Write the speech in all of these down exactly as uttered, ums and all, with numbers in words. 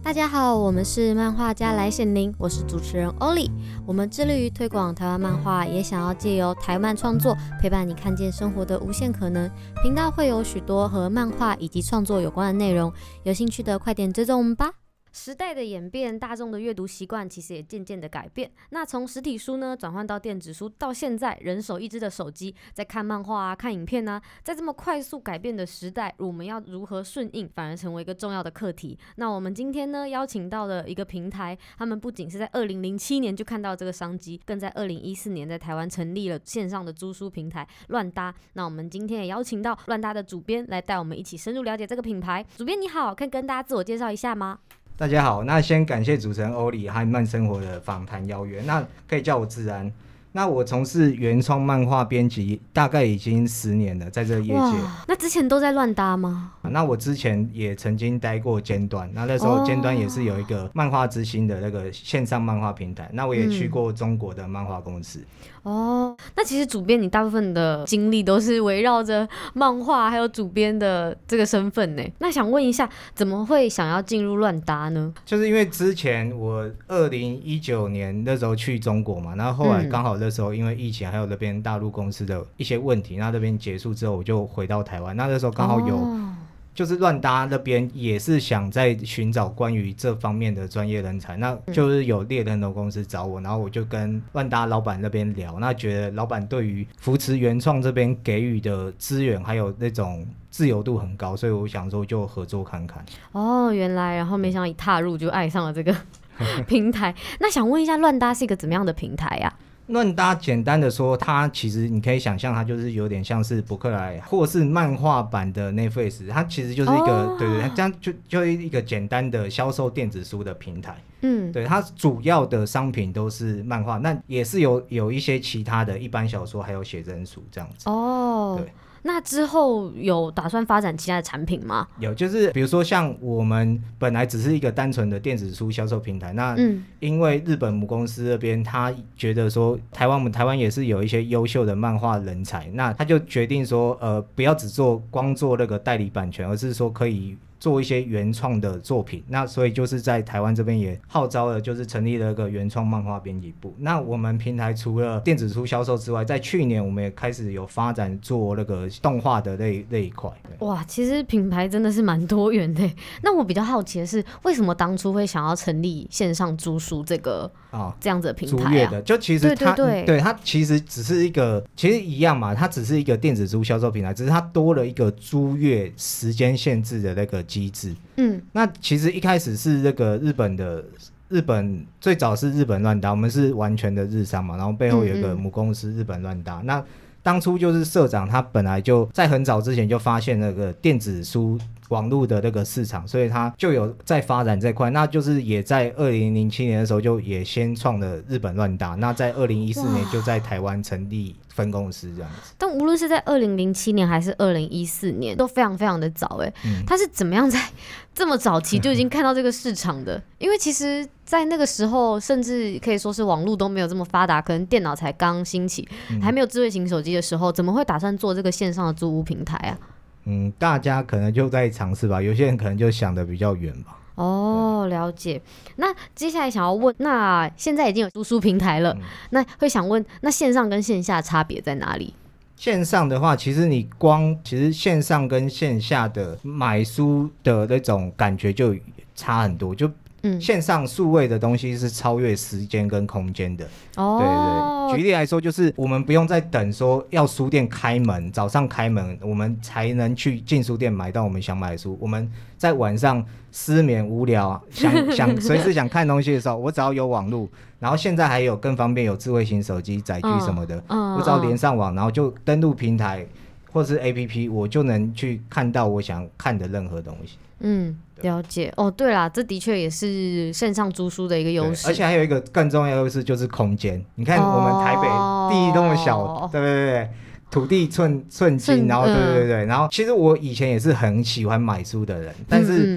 大家好，我们是漫画家来显灵，我是主持人欧里。我们致力于推广台湾漫画，也想要借由台漫创作陪伴你看见生活的无限可能。频道会有许多和漫画以及创作有关的内容，有兴趣的快点追踪我们吧。时代的演变，大众的阅读习惯其实也渐渐的改变。那从实体书呢转换到电子书，到现在人手一支的手机，在看漫画啊、看影片啊，在这么快速改变的时代，我们要如何顺应，反而成为一个重要的课题。那我们今天呢邀请到的一个平台，他们不仅是在二零零七年就看到这个商机，更在二零一四年在台湾成立了线上的租书平台乱搭。那我们今天也邀请到乱搭的主编来带我们一起深入了解这个品牌。主编你好，可以跟大家自我介绍一下吗？ 大家好，那先感谢主持人欧里和慢生活的访谈邀约，那可以叫我自然。那我从事原创漫画编辑大概已经十年了，在这个业界。 那之前都在乱搭吗？ 那我之前也曾经待过尖端，那那时候尖端也是有一个漫画之星的那个线上漫画平台，那我也去过中国的漫画公司。 哦，那其实主编你大部分的经历都是围绕着漫画还有主编的这个身份呢。那想问一下，怎么会想要进入乱搭呢？ 就是因为之前我二零一九年那时候去中国嘛，然后后来刚好那时候因为疫情还有那边大陆公司的一些问题，那那边结束之后我就回到台湾，那那时候刚好有、哦就是乱搭那边也是想在寻找关于这方面的专业人才，那就是有猎人头公司找我，然后我就跟乱搭老板那边聊，那觉得老板对于扶持原创这边给予的资源还有那种自由度很高，所以我想说就合作看看。 哦，原来，然后没想到一踏入就爱上了这个平台。那想问一下，乱搭是一个怎么样的平台呀、啊？ 乱搭简单的说，它其实你可以想象，它就是有点像是博客来或是漫画版的 Netflix， 它其实就是一个、哦、对对，这样就就一个简单的销售电子书的平台。嗯，对，它主要的商品都是漫画，那也是有有一些其他的一般小说，还有写真书这样子。哦，对。 那之后有打算发展其他的产品吗？ 有，就是比如说像我们本来只是一个单纯的电子书销售平台，那因为日本母公司那边他觉得说台湾我们台湾也是有一些优秀的漫画人才，那他就决定说呃不要只做光做那个代理版权，而是说可以做一些原创的作品，那所以就是在台湾这边也号召了，就是成立了一个原创漫画编辑部。那我们平台除了电子书销售之外，在去年我们也开始有发展做那个动画的那那一块。 哇，其实品牌真的是蛮多元的。那我比较好奇的是，为什么当初会想要成立线上租书这个、哦、这样子的平台啊？ 租阅的，就其实它对对对， 对它其实只是一个，其实一样嘛，它只是一个电子书销售平台，只是它多了一个租阅时间限制的那个机制。嗯，那其实一开始是那个日本的，日本最早是日本乱搭，我们是完全的日商嘛，然后背后有一个母公司日本乱搭。嗯嗯，那当初就是社长他本来就在很早之前就发现那个电子书网络的那个市场，所以他就有在发展这块，那就是也在二零零七年的时候就也先创了日本乱搭，那在二零一四年就在台湾成立分公司这样子。 但无论是在二零零七年还是二零一四年都非常非常的早哎、嗯，他是怎么样在这么早期就已经看到这个市场的？因为其实在那个时候甚至可以说是网络都没有这么发达，可能电脑才刚兴起、嗯、还没有智慧型手机的时候，怎么会打算做这个线上的租屋平台啊？ 嗯，大家可能就在尝试吧，有些人可能就想得比较远吧。 哦，了解。那接下来想要问，那现在已经有租书平台了、嗯、那会想问，那线上跟线下差别在哪里？ 线上的话，其实你光其实线上跟线下的买书的那种感觉就差很多，就嗯，线上数位的东西是超越时间跟空间的。哦，对对，举例来说，就是我们不用再等说要书店开门，早上开门，我们才能去进书店买到我们想买的书。我们在晚上失眠无聊，想想随时想看东西的时候，我只要有网路，然后现在还有更方便，有智慧型手机载具什么的，嗯嗯、我只要连上网，然后就登录平台或是 A P P， 我就能去看到我想看的任何东西。 嗯，了解。哦，对啦，这的确也是线上租书的一个优势， 而且还有一个更重要的优势就是空间。你看我们台北地那么小，哦、对对对，土地寸寸金，然后对对对、嗯、然后其实我以前也是很喜欢买书的人，但是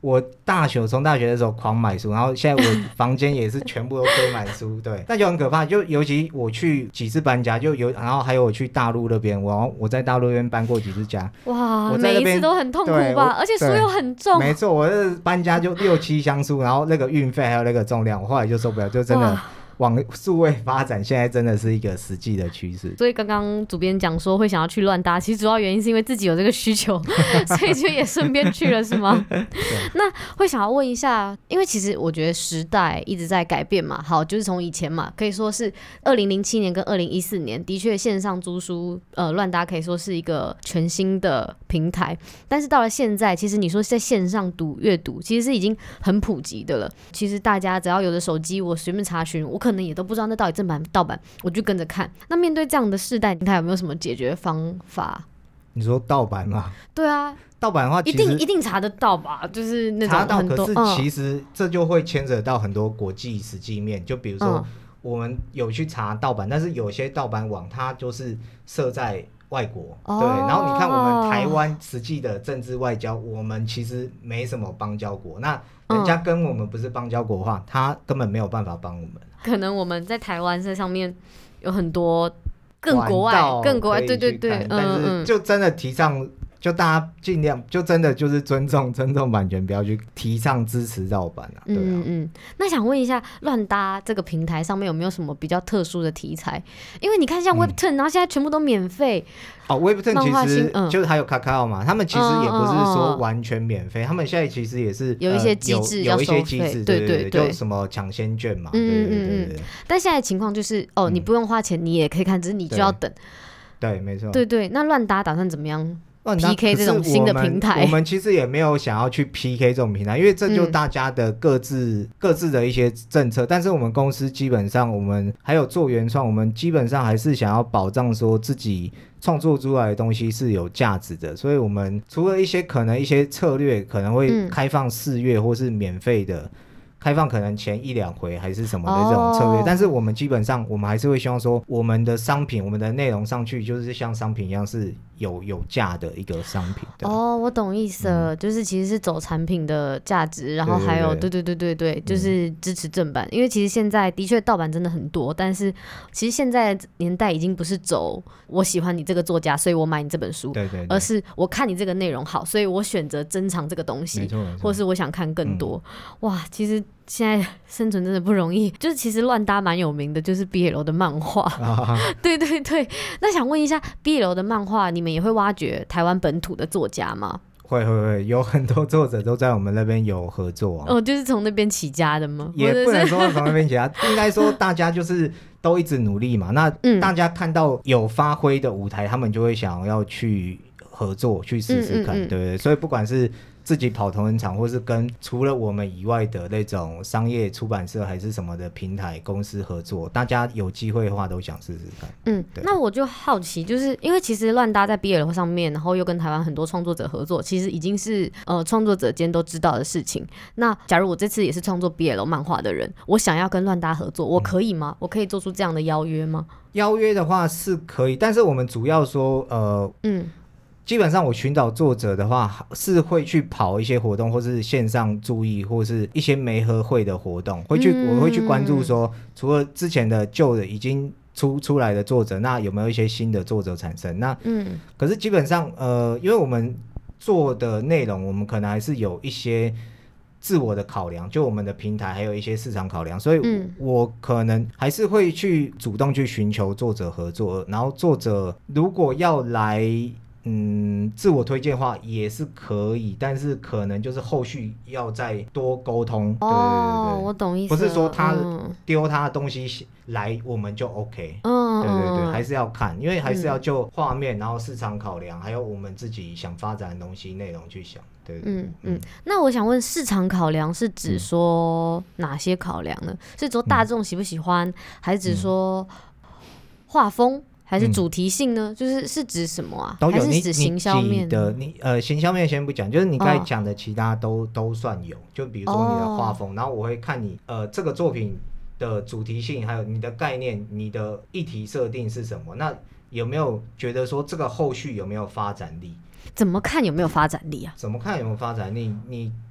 我大学从大学的时候狂买书，然后现在我房间也是全部都堆满书，对，那就很可怕。就尤其我去几次搬家，就有然后还有我去大陆那边，我我在大陆那边搬过几次家， 哇，每一次都很痛苦吧？而且书又很重。 没错，我这搬家就六七箱书，然后那个运费还有那个重量，我后来就受不了，就真的。往数位发展，现在真的是一个实际的趋势。 所以刚刚主编讲说会想要去乱搭，其实主要原因是因为自己有这个需求，所以就也顺便去了，是吗？那会想要问一下，因为其实我觉得时代一直在改变嘛。好，就是从以前嘛，可以说是二零零七年跟二零一四年，的确线上租书，呃，乱搭可以说是一个全新的平台。但是到了现在，其实你说在线上读阅读，其实是已经很普及的了。其实大家只要有的手机，我随便查询，我可能也都不知道那到底正版盗版，我就跟着看。那面对这样的世代，他有没有什么解决方法？ 你说盗版吗？ 对啊， 盗版的话， 一定一定查得到吧？就是那种查得到，可是其实这就会牵扯到很多国际实际面，就比如说我们有去查盗版，但是有些盗版网它就是设在外国，哦、对，然后你看我们台湾实际的政治外交，我们其实没什么邦交国，那人家跟我们不是邦交国的话，他根本没有办法帮我们。 可能我们在台湾这上面有很多更国外、更国外，对对对， 但是就真的提倡。就大家尽量就真的就是尊重尊重版权，不要去提倡支持盗版啊。对啊，嗯嗯。 那想问一下，乱搭这个平台上面有没有什么比较特殊的题材？因为你看像 Webtoon，、嗯、然后现在全部都免费。 哦 ，Webtoon 其实就是还有 Kakao 嘛，他们其实也不是说完全免费，嗯嗯嗯、他们现在其实也是有一些机制、 呃，有一些机制， 对对对, 对，就什么抢先券嘛，嗯嗯嗯嗯。 但现在情况就是哦，你不用花钱，你也可以看，只是你就要等。 对，对没错。 对对，那乱搭打算怎么样？P K 这种新的平台， 我 们, 我们其实也没有想要去 P K 这种平台，因为这就大家的各自、嗯、各自的一些政策。但是我们公司基本上，我们还有做原创，我们基本上还是想要保障说自己创作出来的东西是有价值的。所以我们除了一些可能一些策略可能会开放试阅或是免费的。嗯开放可能前一两回还是什么的这种策略、哦、但是我们基本上我们还是会希望说我们的商品我们的内容上去就是像商品一样是有有价的一个商品。 哦，我懂意思了、嗯、就是其实是走产品的价值，然后还有对对对对对对，就是支持正版、嗯、因为其实现在的确盗版真的很多，但是其实现在年代已经不是走我喜欢你这个作家所以我买你这本书， 对对对， 而是我看你这个内容好所以我选择珍藏这个东西，或是我想看更多、嗯、哇其实现在生存真的不容易，就是其实乱搭蛮有名的，就是 B L 的漫画、啊、对对对。那想问一下 B L 的漫画你们也会挖掘台湾本土的作家吗？ 会会会，有很多作者都在我们那边有合作、啊、 哦，就是从那边起家的吗？ 也不能说从那边起家应该说大家就是都一直努力嘛，那大家看到有发挥的舞台、嗯、他们就会想要去合作去试试看，嗯嗯嗯，对对，所以不管是自己跑同人场或是跟除了我们以外的那种商业出版社还是什么的平台公司合作，大家有机会的话都想试试看。 嗯，那我就好奇，就是因为其实乱搭在 B L 上面，然后又跟台湾很多创作者合作，其实已经是呃创作者间都知道的事情。那假如我这次也是创作 B L 漫画的人，我想要跟乱搭合作，我可以吗？嗯、我可以做出这样的邀约吗？ 邀约的话是可以，但是我们主要说呃嗯。基本上我寻找作者的话是会去跑一些活动或是线上注意或是一些媒合会的活动，会去、嗯、我会去关注说除了之前的旧的已经出出来的作者，那有没有一些新的作者产生。那嗯，可是基本上呃因为我们做的内容我们可能还是有一些自我的考量，就我们的平台还有一些市场考量，所以我可能还是会去主动去寻求作者合作，然后作者如果要来嗯，自我推荐的话也是可以，但是可能就是后续要再多沟通。哦，对对对， 我懂意思了。 不是说他丢他的东西来我们就 OK。嗯，对对对，还是要看，因为还是要就画面，然后市场考量，还有我们自己想发展的东西内容去想。对，对， 嗯嗯。那我想问，市场考量是指说哪些考量呢？是说大众喜不喜欢，嗯、还是指说画风？还是主题性呢、嗯、就是是指什么啊？ 都有， 还是指行销面的？你呃，行销面先不讲，就是你刚才讲的其他都、哦、都算有。就比如说你的画风、哦，然后我会看你呃这个作品的主题性，还有你的概念、你的议题设定是什么？那有没有觉得说这个后续有没有发展力？ 怎么看有没有发展力啊？ 怎么看有没有发展力？你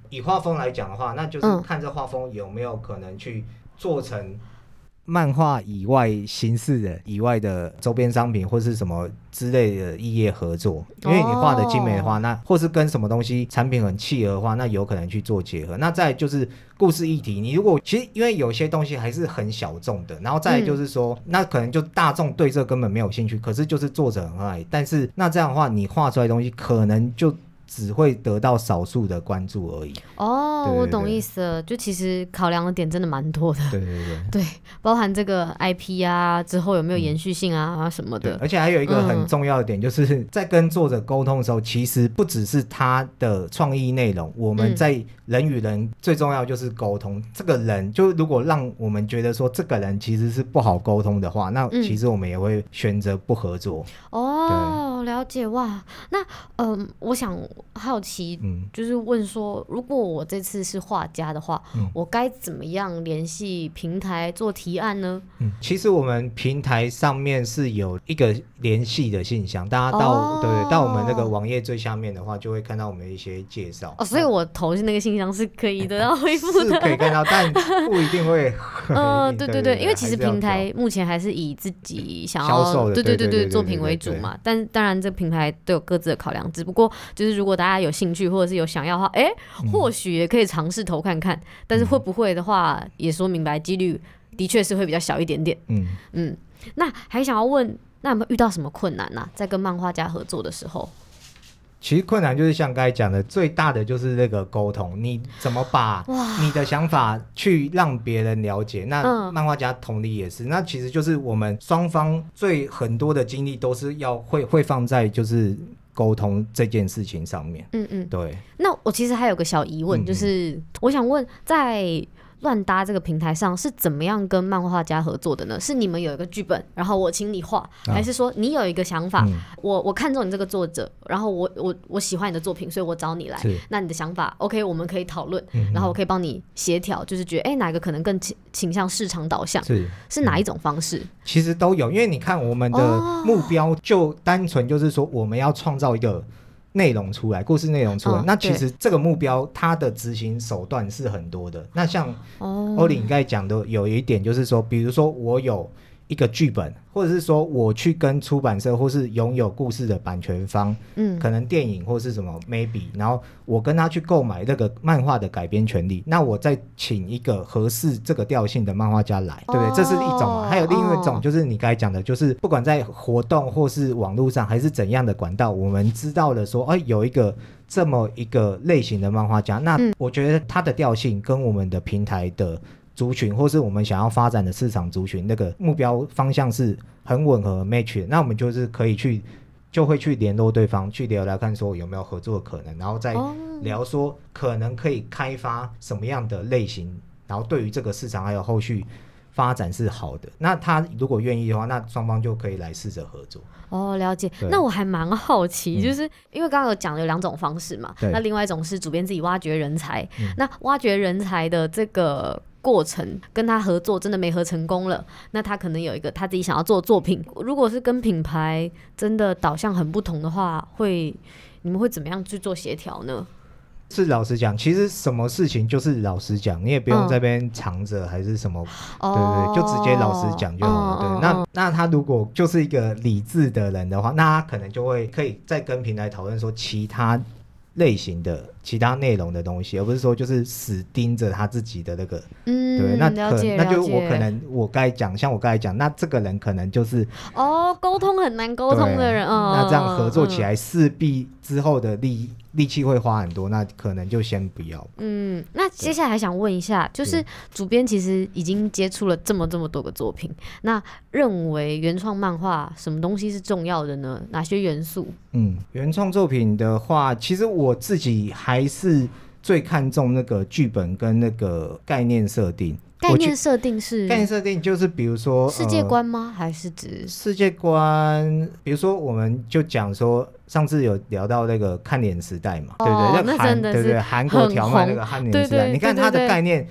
以画风来讲的话，那就是看这画风有没有可能去做成漫画以外形式的以外的周边商品或是什么之类的异业合作，因为你画的精美的话，那或是跟什么东西产品很契合的话，那有可能去做结合。那再来就是故事议题，你如果其实因为有些东西还是很小众的，然后再来就是说、嗯、那可能就大众对这根本没有兴趣，可是就是作者很爱，但是那这样的话你画出来的东西可能就只会得到少数的关注而已。 哦，对对对，我懂意思了，就其实考量的点真的蛮多的。 对对对， 对，包含这个 I P 啊，之后有没有延续性啊、嗯、什么的。 而且还有一个很重要的点、嗯，就是在跟作者沟通的时候，其实不只是他的创意内容，我们在人与人最重要就是沟通。嗯、这个人就如果让我们觉得说这个人其实是不好沟通的话，那其实我们也会选择不合作。 嗯、哦，了解。哇，那嗯、呃，我想好奇，就是问说，如果我这次是画家的话、嗯、我该怎么样联系平台做提案呢？ 嗯，其实我们平台上面是有一个联系的信箱，大家到、哦、对对，到我们那个网页最下面的话，就会看到我们一些介绍。 哦，所以我投进那个信箱是可以得到回复的， 是可以看到，但不一定会。 嗯、呃，对对 对, 对，因为其实平台目前还是以自己想要销售的对对对对作品为主嘛，但当然这平台都有各自的考量，只不过就是如果大家有兴趣或者是有想要的话，哎，或许也可以尝试投看看、嗯，但是会不会的话，也说明白几率的确是会比较小一点点。嗯嗯，那还想要问，那有没有遇到什么困难啊？在跟漫画家合作的时候？ 其实困难就是像刚才讲的，最大的就是那个沟通，你怎么把你的想法去让别人了解，那漫画家同理也是、嗯、那其实就是我们双方最很多的精力都是要会会放在就是沟通这件事情上面。嗯嗯，对。 那我其实还有个小疑问、嗯、就是我想问，在乱搭这个平台上是怎么样跟漫画家合作的呢？是你们有一个剧本，然后我请你画、啊，还是说你有一个想法，嗯、我我看中你这个作者，然后我我我喜欢你的作品，所以我找你来。那你的想法 OK， 我们可以讨论、嗯，然后我可以帮你协调，就是觉得哎哪个可能更倾倾向市场导向，是是哪一种方式、嗯？ 其实都有，因为你看我们的目标就单纯就是说我们要创造一个内容出来，故事内容出来、哦、那其实这个目标它的执行手段是很多的。那像欧里你刚才讲的有一点就是说，比如说我有一个剧本，或者是说我去跟出版社或是拥有故事的版权方，嗯，可能电影或是什么 maybe， 然后我跟他去购买那个漫画的改编权利，那我再请一个合适这个调性的漫画家来、哦、对不对？这是一种嘛。还有另外一种就是你刚才讲的，就是不管在活动或是网络上还是怎样的管道，我们知道了说哎，有一个这么一个类型的漫画家，那我觉得他的调性跟我们的平台的族群或是我们想要发展的市场族群那个目标方向是很吻合 match 的，那我们就是可以去就会去联络对方，去聊聊看说有没有合作的可能，然后再聊说可能可以开发什么样的类型，然后对于这个市场还有后续发展是好的，那他如果愿意的话，那双方就可以来试着合作。 哦，了解。那我还蛮好奇、嗯、就是因为刚刚有讲了有两种方式嘛，那另外一种是主编自己挖掘人才、嗯、那挖掘人才的这个过程跟他合作真的没合成功了，那他可能有一个他自己想要做的作品，如果是跟品牌真的导向很不同的话，会你们会怎么样去做协调呢？ 是老实讲，其实什么事情就是老实讲，你也不用在那边藏着还是什么、嗯、对对，就直接老实讲就好了、哦、对、嗯、那那他如果就是一个理智的人的话，那他可能就会可以再跟平台讨论说其他类型的其他内容的东西，而不是说就是死盯着他自己的那个，嗯，对，那可那就我可能我刚才讲，像我刚才讲，那这个人可能就是哦，沟通很难沟通的人，哦， 那这样合作起来势必之后的力力气会花很多，那可能就先不要。 嗯，那接下来还想问一下，就是主编其实已经接触了这么这么多个作品，那认为原创漫画什么东西是重要的呢？哪些元素？ 嗯，原创作品的话，其实我自己还是最看重那个剧本跟那个概念设定。 概念设定是概念设定就是比如说世界观吗、呃、还是指世界观？比如说我们就讲说上次有聊到那个看脸时代嘛，哦、对不对？那真的是对对，韩国条漫那个看脸时代，对对对对对，你看它的概念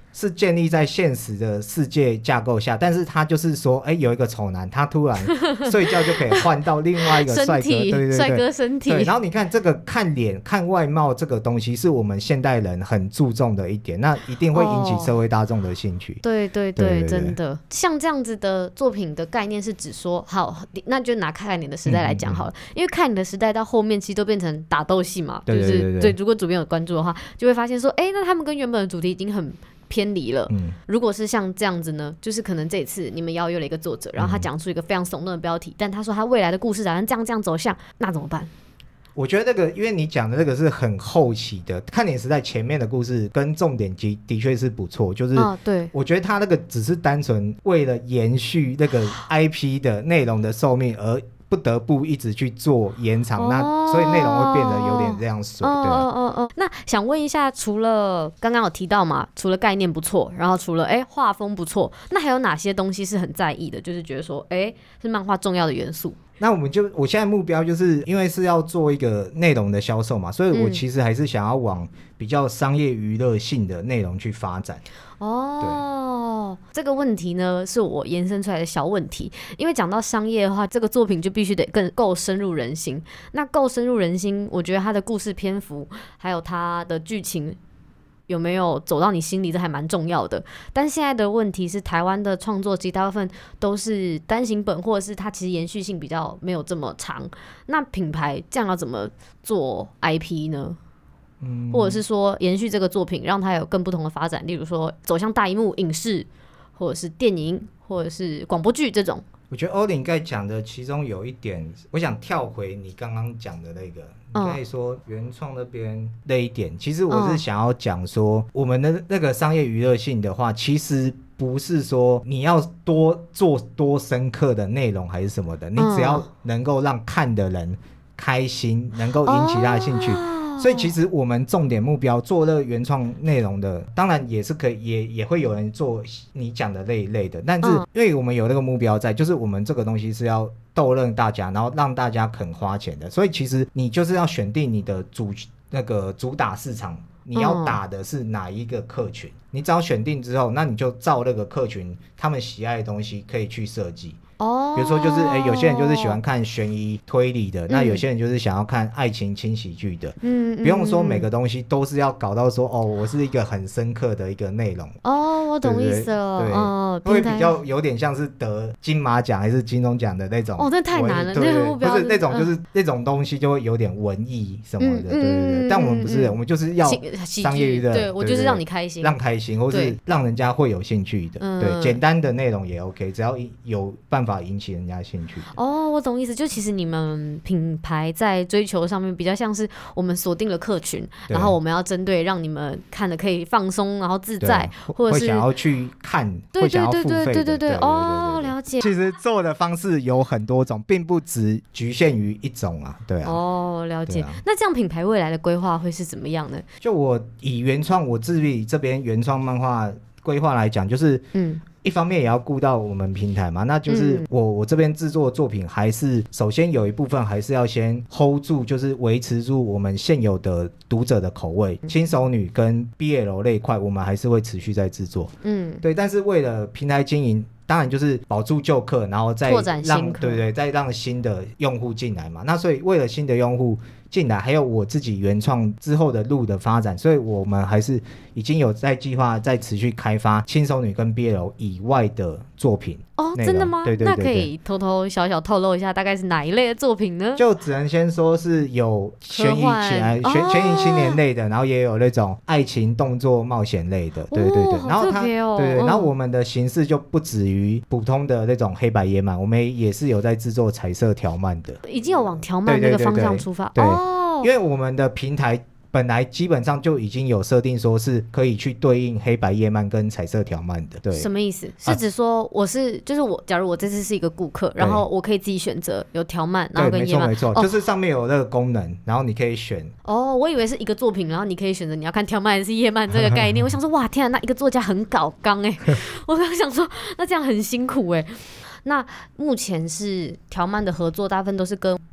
是建立在现实的世界架构下，但是他就是说哎、欸，有一个丑男他突然睡觉就可以换到另外一个帅哥，对对对， 帅哥身体。 对，然后你看这个看脸看外貌这个东西是我们现代人很注重的一点，那一定会引起社会大众的兴趣、哦、 对对 对, 对, 对, 对真的像这样子的作品的概念是指说好，那就拿看脸的时代来讲好了、嗯嗯嗯、因为看脸的时代到后面其实都变成打斗戏嘛，对对对 对, 对, 对，如果主编有关注的话就会发现说哎、欸，那他们跟原本的主题已经很偏离了、嗯、如果是像这样子呢，就是可能这一次你们邀约了一个作者，然后他讲出一个非常耸动的标题、嗯、但他说他未来的故事打算这样这样走向，那怎么办？ 我觉得这个因为你讲的这个是很后期的，看脸时代前面的故事跟重点的的确是不错，就是我觉得他那个只是单纯为了延续那个 I P 的内容的寿命而不得不一直去做延长、哦、那所以内容会变得有点这样水、哦、对、啊哦哦哦、那想问一下，除了刚刚有提到嘛，除了概念不错，然后除了哎画风不错，那还有哪些东西是很在意的，就是觉得说哎是漫画重要的元素？ 那我们就我现在目标就是因为是要做一个内容的销售嘛，所以我其实还是想要往比较商业娱乐性的内容去发展。 哦，这个问题呢是我延伸出来的小问题，因为讲到商业的话，这个作品就必须得更够深入人心。那够深入人心，我觉得它的故事篇幅还有它的剧情有没有走到你心里，这还蛮重要的。但现在的问题是，台湾的创作其实大部分都是单行本，或者是它其实延续性比较没有这么长。那品牌这样要怎么做 I P 呢？嗯、或者是说延续这个作品，让它有更不同的发展，例如说走向大荧幕影视，或者是电影，或者是广播剧这种。 我觉得欧林盖讲的其中有一点，我想跳回你刚刚讲的那个，你可以说原创那边那一点、嗯、其实我是想要讲说、嗯、我们的那个商业娱乐性的话，其实不是说你要多做多深刻的内容还是什么的，你只要能够让看的人开心，能够引起他的兴趣、哦，所以其实我们重点目标做那个原创内容的，当然也是可以，也也会有人做你讲的那一类的，但是因为我们有那个目标在，就是我们这个东西是要逗乐大家，然后让大家肯花钱的，所以其实你就是要选定你的主那个主打市场，你要打的是哪一个客群、嗯、你只要选定之后，那你就照那个客群他们喜爱的东西可以去设计。哦，比如说就是、欸、有些人就是喜欢看悬疑推理的、嗯、那有些人就是想要看爱情轻喜剧的，嗯，不用说每个东西都是要搞到说哦我是一个很深刻的一个内容。 哦，我懂意思了， 对， 哦， 会比较有点像是得金马奖还是金钟奖的那种。 哦，那太难了，那个目标不是那种，就是、嗯、那种东西就会有点文艺什么的、嗯、对对对、嗯、但我们不是、嗯、我们就是要商业娱乐， 对，我就是让你开心， 让开心或是让人家会有兴趣的，对，简单的内容也 OK， 只要有办法引起人家兴趣。 哦，我懂意思，就其实你们品牌在追求上面比较像是我们锁定了客群，然后我们要针对让你们看的可以放松然后自在，或者是会想要去看， 对对对对对对对, 对, 对, 对哦，了解。 其实做的方式有很多种，并不只局限于一种啊，对啊。 哦，了解、啊、那这样品牌未来的规划会是怎么样呢？ 就我以原创我自己这边原创漫画规划来讲，就是嗯一方面也要顾到我们平台嘛，那就是我、嗯、我这边制作的作品还是首先有一部分还是要先 hold 住，就是维持住我们现有的读者的口味，轻熟女跟 B L 那一块我们还是会持续在制作，嗯，对，但是为了平台经营，当然就是保住旧客，然后再让对对再让新的用户进来嘛，那所以为了新的用户进来，还有我自己原创之后的路的发展，所以我们还是已经有在计划在持续开发轻熟女跟 B L 以外的作品。 哦，真的吗？ 对对对对， 那可以偷偷小小透露一下大概是哪一类的作品呢？ 就只能先说是有悬疑悬悬疑青年类的、哦、然后也有那种爱情动作冒险类的，对对对、哦、然后它、哦、对对，然后我们的形式就不止于普通的那种黑白页漫，我们也是有在制作彩色条漫的， 已经有往条漫那个方向出发。 对，对对对对、 哦， 因为我们的平台本来基本上就已经有设定说是可以去对应黑白页漫跟彩色条漫的。对， 什么意思？是指说我是、啊、就是我假如我这次是一个顾客，然后我可以自己选择有条漫然后跟页漫， 没错没错、哦、就是上面有那个功能，然后你可以选。 哦，我以为是一个作品然后你可以选择你要看条漫还是页漫这个概念我想说哇天啊，那一个作家很搞纲哎我刚想说那这样很辛苦哎。那目前是条漫的合作大部分都是跟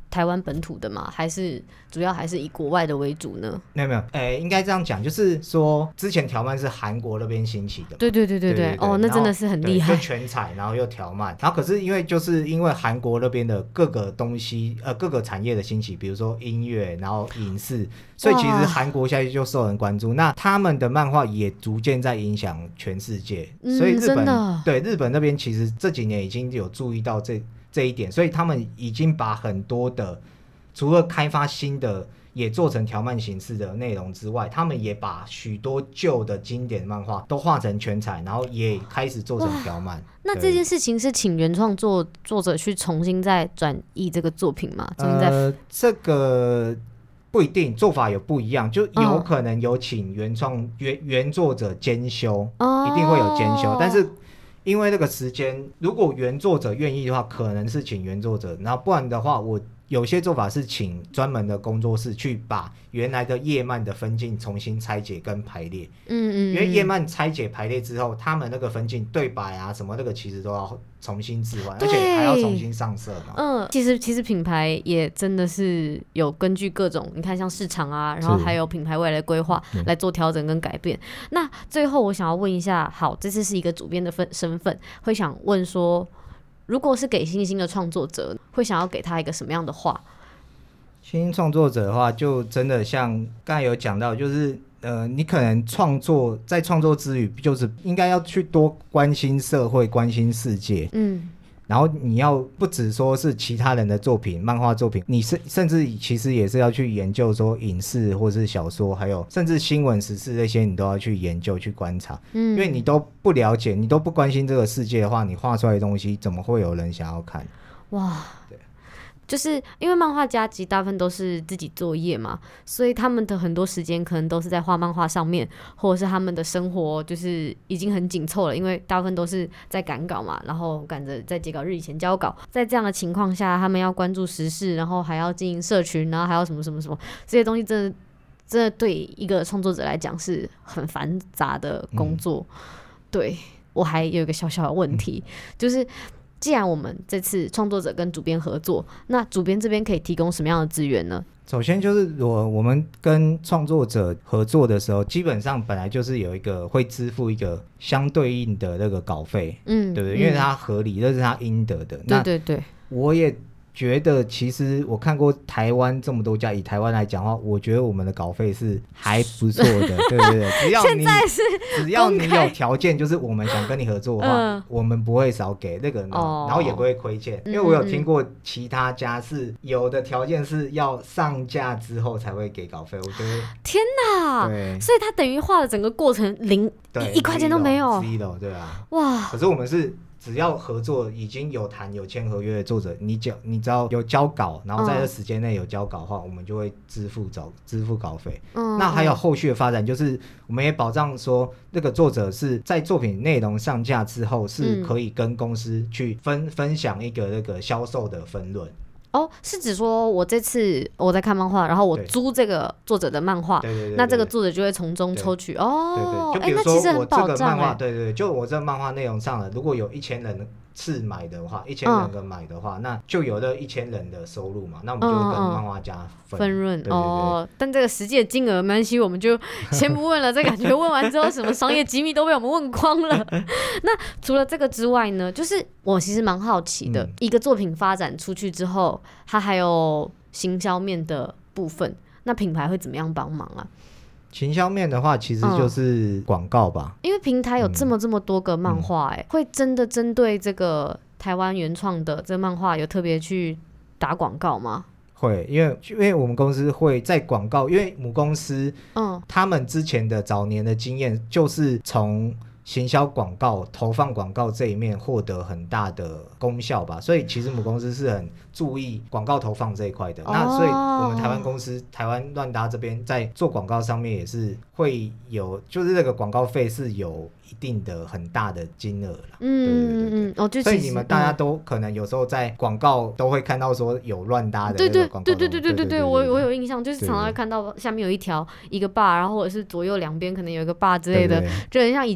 台湾本土的吗？还是主要还是以国外的为主呢？ 没有没有，诶，应该这样讲，就是说之前条漫是韩国那边兴起的， 对对对对 对, 对, 对哦，那真的是很厉害， 就全彩，然后又条漫，然后可是因为就是因为韩国那边的各个东西，呃，各个产业的兴起，比如说音乐，然后影视，所以其实韩国现在就受人关注，那他们的漫画也逐渐在影响全世界，嗯、所以日本对日本那边其实这几年已经有注意到这这一点，所以他们已经把很多的除了开发新的也做成条漫形式的内容之外，他们也把许多旧的经典漫画都画成全彩，然后也开始做成条漫。 那这件事情是请原创作作者去重新再转译这个作品吗？重新再呃，这个不一定，做法有不一样，就有可能有请原创、哦、原原作者兼修、哦，一定会有兼修，但是因为那个时间，如果原作者愿意的话，可能是请原作者，然后不然的话，我有些做法是请专门的工作室去把原来的页漫的分镜重新拆解跟排列。嗯嗯, 嗯，因为页漫拆解排列之后，他们那个分镜对白啊什么那个其实都要重新置换，而且还要重新上色嘛。 嗯，其实其实品牌也真的是有根据各种你看像市场啊，然后还有品牌未来的规划来做调整跟改变。那最后我想要问一下，好，这次是一个主编的分身份，会想问说，如果是给新兴的创作者，会想要给他一个什么样的话？ 新兴创作者的话，就真的像刚才有讲到，就是呃，你可能创作在创作之余，就是应该要去多关心社会、关心世界。嗯。然后你要不只说是其他人的作品漫画作品，你是甚至其实也是要去研究说影视或是小说，还有甚至新闻时事这些你都要去研究去观察。嗯，因为你都不了解你都不关心这个世界的话，你画出来的东西怎么会有人想要看？哇，对， 就是因为漫画家其实大部分都是自己作业嘛，所以他们的很多时间可能都是在画漫画上面，或者是他们的生活就是已经很紧凑了，因为大部分都是在赶稿嘛，然后赶着在截稿日以前交稿，在这样的情况下他们要关注时事，然后还要经营社群，然后还要什么什么什么，这些东西真的真的对一个创作者来讲是很繁杂的工作。嗯、对，我还有一个小小的问题、嗯、就是既然我们这次创作者跟主编合作，那主编这边可以提供什么样的资源呢？ 首先就是我我们跟创作者合作的时候，基本上本来就是有一个会支付一个相对应的那个稿费，嗯，对不对？因为它合理，这是他应得的。 对对对， 我也觉得其实我看过台湾这么多家，以台湾来讲的话，我觉得我们的稿费是还不错的，对对对，只要你只要你有条件，就是我们想跟你合作的话，嗯、我们不会少给那个人、哦，然后也不会亏欠，因为我有听过其他家是有的条件是要上架之后才会给稿费，我觉得天哪，对，所以他等于画的整个过程零一块钱都没有 ，zero 对啊，哇，可是我们是。只要合作已经有谈有签合约的作者，你交你只要有交稿，然后在这时间内有交稿的话、嗯，我们就会支付找支付稿费、嗯。那还有后续的发展，就是我们也保障说，那个作者是在作品内容上架之后，是可以跟公司去分、嗯、分享一个那个销售的分润。 哦，是指说我这次我在看漫画，然后我租这个作者的漫画，对对 对, 对, 对，那这个作者就会从中抽取哦。 对对，就比如说我这个漫画，对对，就我这个漫画内容上了，如果有一千人次买的话，一千人个买的话、嗯，那就有了一千人的收入嘛，那我们就会跟漫画家分分润哦。 但这个实际的金额没关系，我们就先不问了。这感觉问完之后，什么商业机密都被我们问光了。那除了这个之外呢，就是我其实蛮好奇的、嗯，一个作品发展出去之后，它还有行销面的部分，那品牌会怎么样帮忙啊？ 行销面的话其实就是广告吧、 嗯、因为平台有这么这么多个漫画、欸嗯、会真的针对这个台湾原创的这个漫画有特别去打广告吗？ 会，因为因为我们公司会在广告，因为母公司嗯，他们之前的早年的经验就是从行销广告投放广告这一面获得很大的功效吧，所以其实母公司是很注意广告投放这一块的、哦、那所以我们台湾公司台湾乱达这边在做广告上面也是会有，就是这个广告费是有一定的很大的金额啦，嗯，对对对对、哦、就所以你们大家都可能有时候在广告都会看到说有乱搭的那个广告， 对对对对对对，我我有印象，就是常常会看到下面有一条一个 bar， 然后或者是左右两边可能有一个 bar 之类的，对对对，就很像以前在玩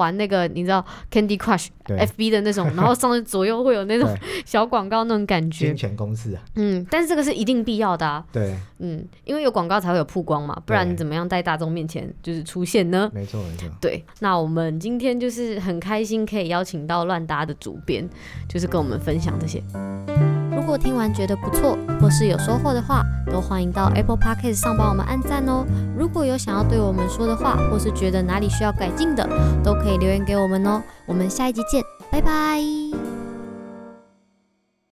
玩那个你知道 Candy Crush F B 的那种，然后上去左右会有那种小广告那种感觉， 金钱公式啊。 嗯，但是这个是一定必要的啊。 对， 嗯，因为有广告才会有曝光嘛，不然你怎么样在大众面前就是出现呢？ 没错没错。 对，那我们今天就是很开心可以邀请到乱搭的主编，就是跟我们分享这些。如果听完觉得不错，或是有收获的话，都欢迎到 Apple Podcast 上帮我们按赞哦。如果有想要对我们说的话，或是觉得哪里需要改进的，都可以留言给我们哦。我们下一集见，拜拜。